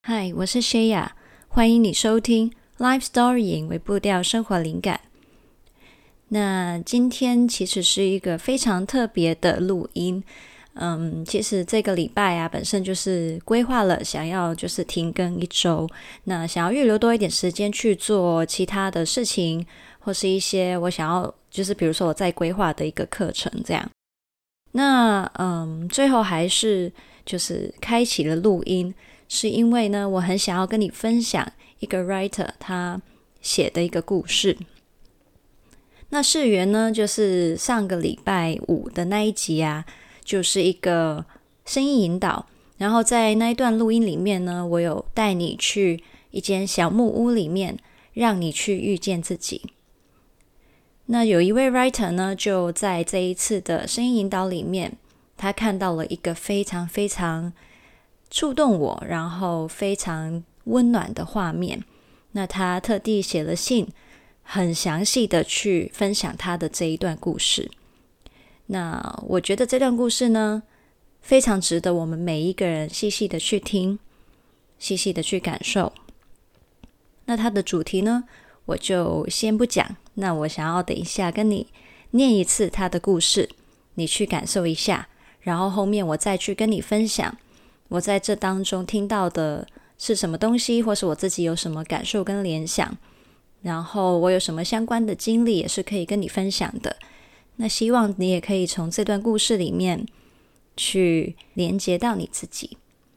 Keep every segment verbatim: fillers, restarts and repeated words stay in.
嗨，我是 Shaya， 欢迎你收听 Life Storying 为步调生活灵感。那今天其实是一个非常特别的录音，嗯，其实这个礼拜啊，本身就是规划了想要就是停更一周，那想要预留多一点时间去做其他的事情，或是一些我想要就是比如说我在规划的一个课程这样。那嗯，最后还是就是开启了录音，是因为呢，我很想要跟你分享一个 writer 他写的一个故事。那事源呢，就是上个礼拜五的那一集啊，就是一个声音引导，然后在那一段录音里面呢，我有带你去一间小木屋里面，让你去遇见自己。那有一位 writer 呢，就在这一次的声音引导里面，他看到了一个非常非常触动我，然后非常温暖的画面。那他特地写了信，很详细的去分享他的这一段故事。那我觉得这段故事呢，非常值得我们每一个人细细的去听，细细的去感受。那他的主题呢，我就先不讲，那我想要等一下跟你念一次他的故事，你去感受一下，然后后面我再去跟你分享我在这当中听到的是什么东西，或是我自己有什么感受跟联想，然后我有什么相关的经历也是可以跟你分享的。那希望你也可以从这段故事里面去连接到你自己。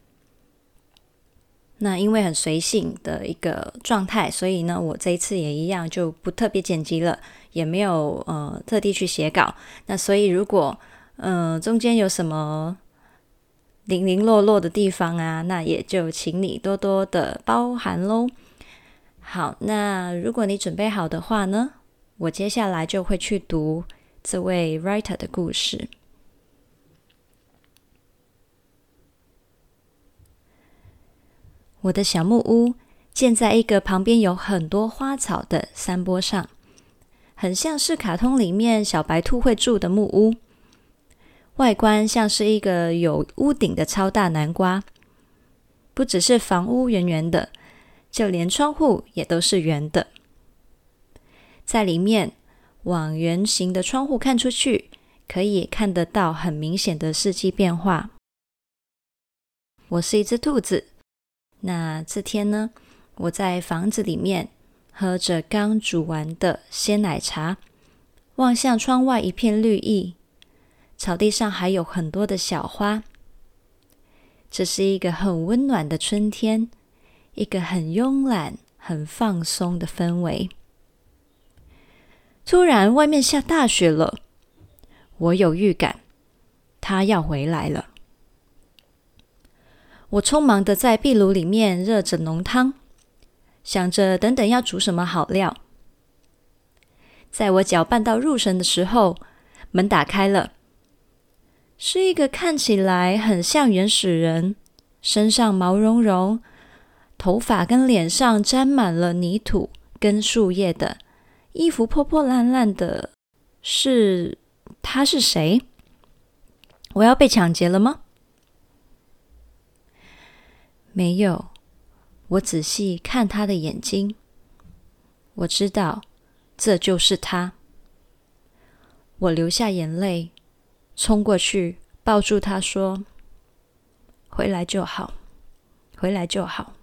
那因为很随性的一个状态，所以呢，我这一次也一样就不特别剪辑了，也没有呃特地去写稿。那所以如果呃中间有什么零零落落的地方啊，那也就请你多多的包涵咯。好，那如果你准备好的话呢，我接下来就会去读这位 writer 的故事。我的小木屋建在一个旁边有很多花草的山坡上，很像是卡通里面小白兔会住的木屋。外观像是一个有屋顶的超大南瓜，不只是房屋圆圆的，就连窗户也都是圆的。在里面往圆形的窗户看出去，可以看得到很明显的四季变化。我是一只兔子，那这天呢，我在房子里面喝着刚煮完的鲜奶茶，望向窗外一片绿意，草地上还有很多的小花。这是一个很温暖的春天，一个很慵懒、很放松的氛围。突然，外面下大雪了，我有预感，他要回来了。我匆忙的在壁炉里面热着浓汤，想着等等要煮什么好料。在我搅拌到入神的时候，门打开了，是一个看起来很像原始人，身上毛茸茸，头发跟脸上沾满了泥土跟树叶的，衣服破破烂烂的，是他是谁？我要被抢劫了吗？没有，我仔细看他的眼睛，我知道这就是他。我流下眼泪，冲过去抱住他说：回来就好，回来就好。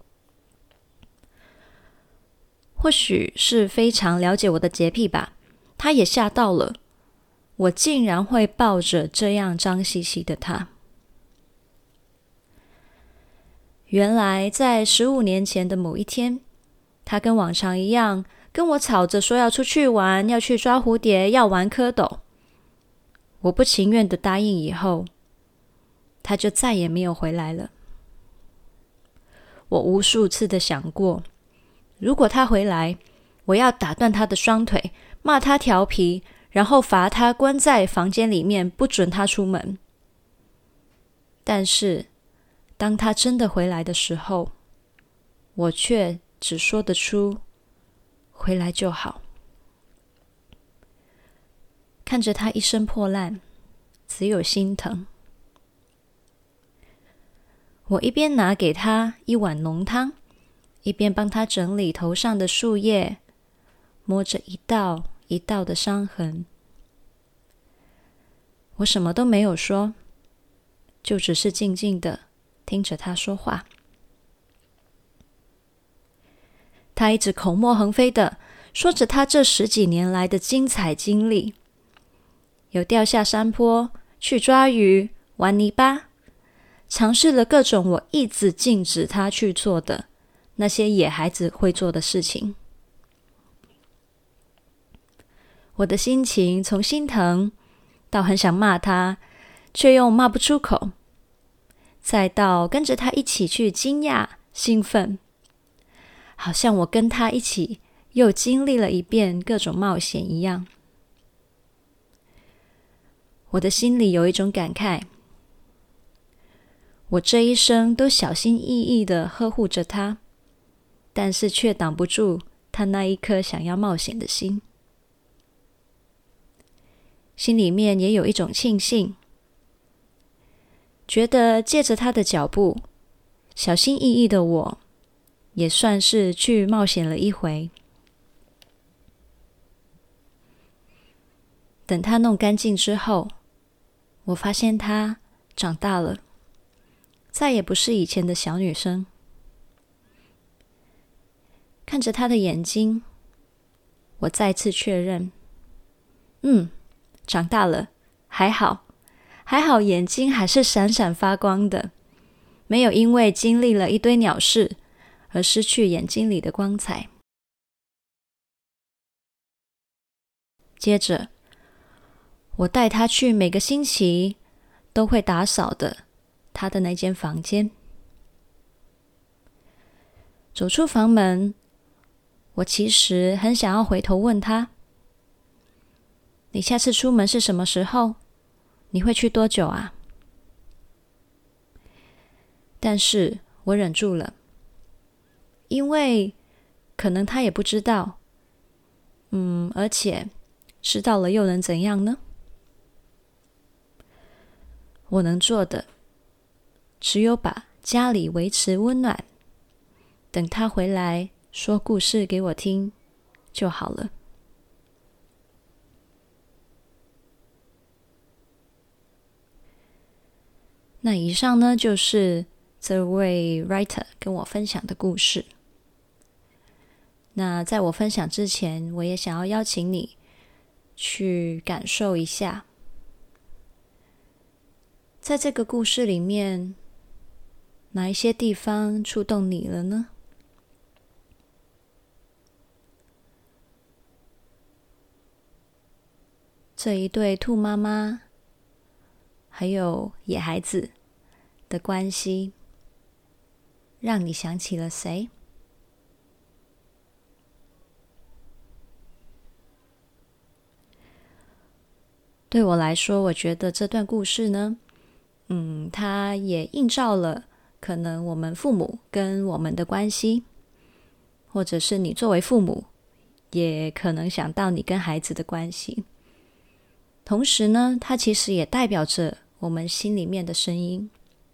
或许是非常了解我的洁癖吧，他也吓到了，我竟然会抱着这样脏兮兮的他。原来在十五年前的某一天，他跟往常一样跟我吵着说要出去玩，要去抓蝴蝶，要玩蝌蚪。我不情愿的答应以后，他就再也没有回来了。我无数次的想过，如果他回来，我要打断他的双腿，骂他调皮，然后罚他关在房间里面，不准他出门。但是当他真的回来的时候，我却只说得出回来就好。看着他一身破烂，只有心疼。 我一边拿给他一碗浓汤，一边帮他整理头上的树叶，摸着一道一道的伤痕。我什么都没有说，就只是静静的听着他说话。他一直口沫横飞的说着他这十几年来的精彩经历，有掉下山坡，去抓鱼，玩泥巴，尝试了各种我一直禁止他去做的那些野孩子会做的事情。我的心情从心疼到很想骂他，却又骂不出口，再到跟着他一起去惊讶、兴奋，好像我跟他一起又经历了一遍各种冒险一样。我的心里有一种感慨，我这一生都小心翼翼地呵护着他，但是却挡不住他那一颗想要冒险的心。心里面也有一种庆幸，觉得借着他的脚步，小心翼翼的我也算是去冒险了一回。等他弄干净之后，我发现他长大了，再也不是以前的小女生。看着他的眼睛，我再次确认，嗯，长大了，还好，还好眼睛还是闪闪发光的，没有因为经历了一堆鸟事而失去眼睛里的光彩。接着，我带他去每个星期都会打扫的他的那间房间。走出房门，我其实很想要回头问他，你下次出门是什么时候？你会去多久啊？但是我忍住了，因为可能他也不知道，嗯，而且知道了又能怎样呢？我能做的只有把家里维持温暖，等他回来说故事给我听就好了。那以上呢，就是这位 writer 跟我分享的故事。那在我分享之前，我也想要邀请你去感受一下，在这个故事里面，哪一些地方触动你了呢？这一对兔妈妈还有野孩子的关系，让你想起了谁？对我来说，我觉得这段故事呢，嗯，它也映照了可能我们父母跟我们的关系，或者是你作为父母，也可能想到你跟孩子的关系。同时呢，它其实也代表着我们心里面的声音。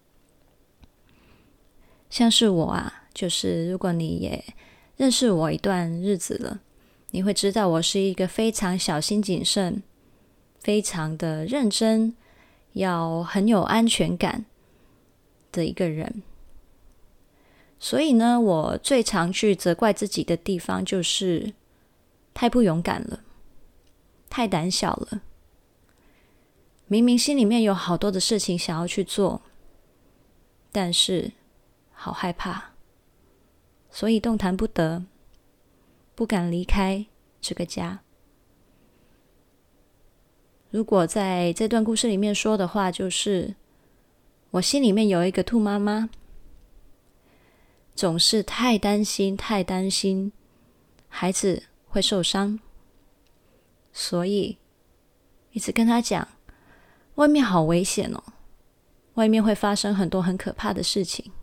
像是我啊，就是如果你也认识我一段日子了，你会知道我是一个非常小心谨慎，非常的认真，要很有安全感的一个人。所以呢，我最常去责怪自己的地方就是太不勇敢了，太胆小了。明明心里面有好多的事情想要去做，但是好害怕，所以动弹不得，不敢离开这个家。如果在这段故事里面说的话，就是我心里面有一个兔妈妈，总是太担心太担心孩子会受伤，所以一直跟他讲，外面好危险哦，外面会发生很多很可怕的事情，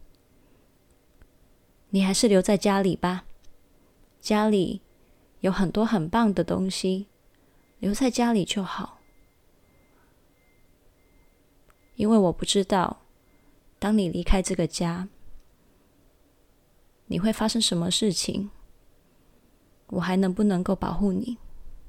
你还是留在家里吧，家里有很多很棒的东西，留在家里就好。因为我不知道当你离开这个家，你会发生什么事情？我还能不能够保护你？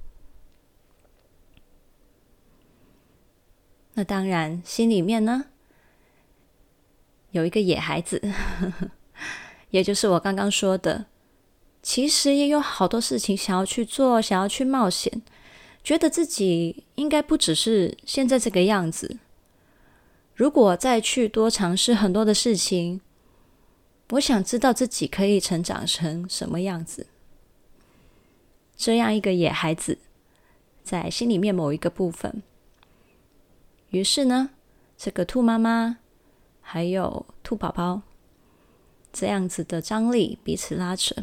那当然，心里面呢，有一个野孩子，也就是我刚刚说的，其实也有好多事情想要去做，想要去冒险，觉得自己应该不只是现在这个样子。如果再去多尝试很多的事情，我想知道自己可以成长成什么样子。这样一个野孩子，在心里面某一个部分。于是呢，这个兔妈妈还有兔宝宝这样子的张力彼此拉扯。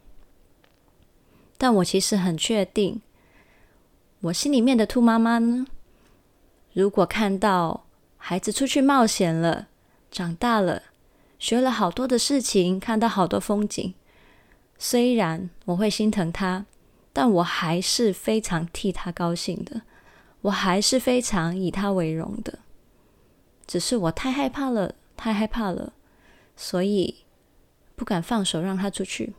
但我其实很确定，我心里面的兔妈妈呢，如果看到孩子出去冒险了，长大了，学了好多的事情，看到好多风景，虽然我会心疼他，但我还是非常替他高兴的，我还是非常以他为荣的。只是我太害怕了，太害怕了，所以不敢放手让他出去。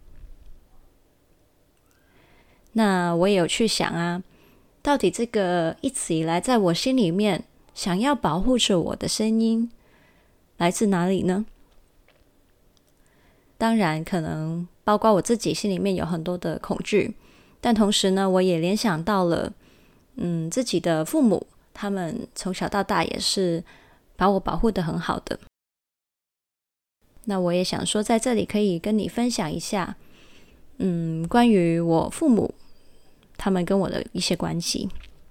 那我也有去想啊，到底这个一直以来在我心里面想要保护着我的声音来自哪里呢？当然可能包括我自己心里面有很多的恐惧，但同时呢，我也联想到了嗯，自己的父母，他们从小到大也是把我保护得很好的。那我也想说在这里可以跟你分享一下嗯，关于我父母他们跟我的一些关系。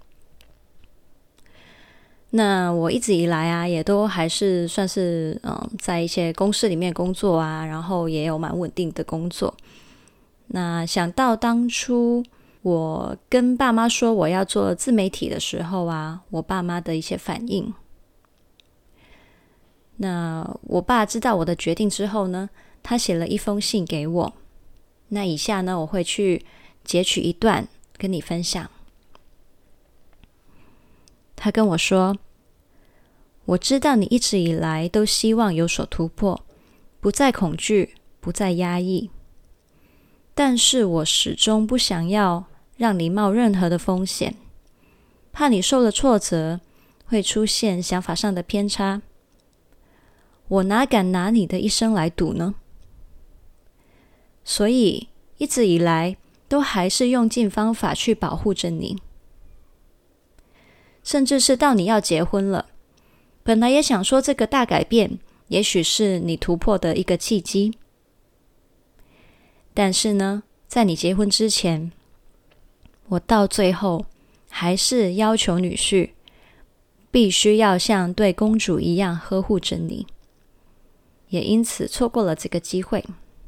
那我一直以来啊，也都还是算是嗯，在一些公司里面工作啊，然后也有蛮稳定的工作。那想到当初我跟爸妈说我要做自媒体的时候啊，我爸妈的一些反应。那我爸知道我的决定之后呢，他写了一封信给我。那以下呢，我会去截取一段跟你分享。他跟我说，我知道你一直以来都希望有所突破，不再恐惧，不再压抑。但是我始终不想要让你冒任何的风险，怕你受了挫折，会出现想法上的偏差。我哪敢拿你的一生来赌呢？所以一直以来都还是用尽方法去保护着你。甚至是到你要结婚了，本来也想说这个大改变也许是你突破的一个契机。但是呢，在你结婚之前，我到最后还是要求女婿必须要像对公主一样呵护着你，也因此错过了这个机会。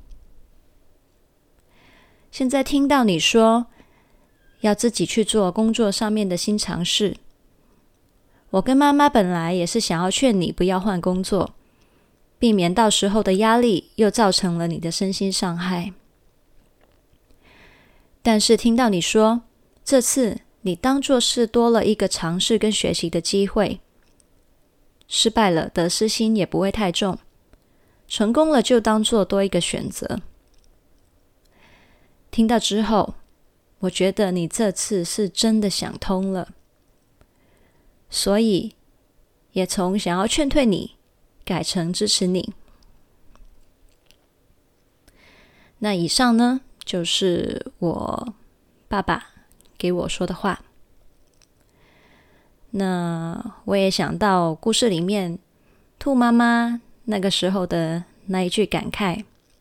现在听到你说要自己去做工作上面的新尝试，我跟妈妈本来也是想要劝你不要换工作，避免到时候的压力又造成了你的身心伤害。但是听到你说这次你当作是多了一个尝试跟学习的机会，失败了得失心也不会太重，成功了就当作多一个选择。听到之后，我觉得你这次是真的想通了，所以也从想要劝退你改成支持你。那以上呢，就是我爸爸给我说的话。那我也想到故事里面兔妈妈那个时候的那一句感慨，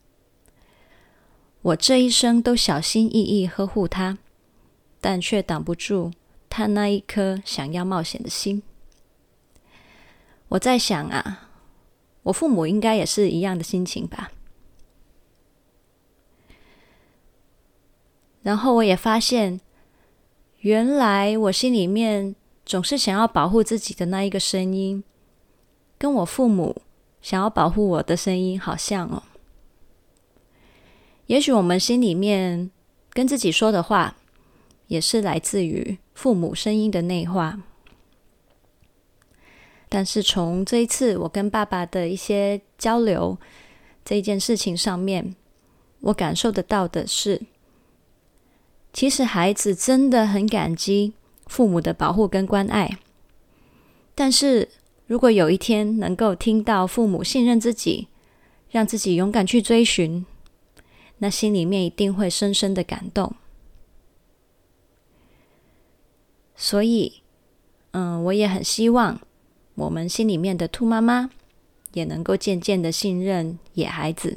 我这一生都小心翼翼呵护他，但却挡不住他那一颗想要冒险的心。我在想啊，我父母应该也是一样的心情吧。然后我也发现，原来我心里面总是想要保护自己的那一个声音，跟我父母想要保护我的声音好像哦。也许我们心里面跟自己说的话，也是来自于父母声音的内化。 但是从这一次我跟爸爸的一些交流这一件事情上面，我感受得到的是，其实孩子真的很感激父母的保护跟关爱，但是如果有一天能够听到父母信任自己，让自己勇敢去追寻，那心里面一定会深深的感动。所以嗯，我也很希望我们心里面的兔妈妈也能够渐渐的信任野孩子。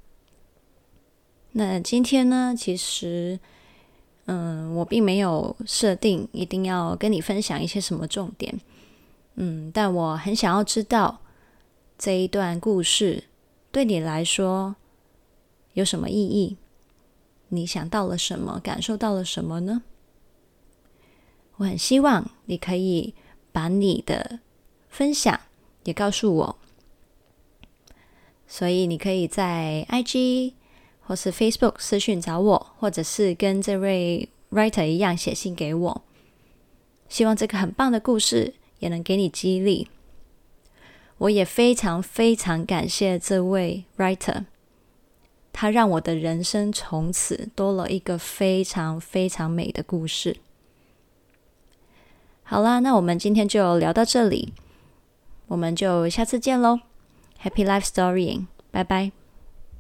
那今天呢，其实嗯，我并没有设定一定要跟你分享一些什么重点，嗯，但我很想要知道这一段故事对你来说有什么意义？你想到了什么？感受到了什么呢？我很希望你可以把你的分享也告诉我，所以你可以在 I G 或是 Facebook 私讯找我，或者是跟这位 writer 一样写信给我。希望这个很棒的故事也能给你激励。我也非常非常感谢这位 writer， 他让我的人生从此多了一个非常非常美的故事。好啦，那我们今天就聊到这里，我们就下次见咯。 Happy Life Storying， 拜拜。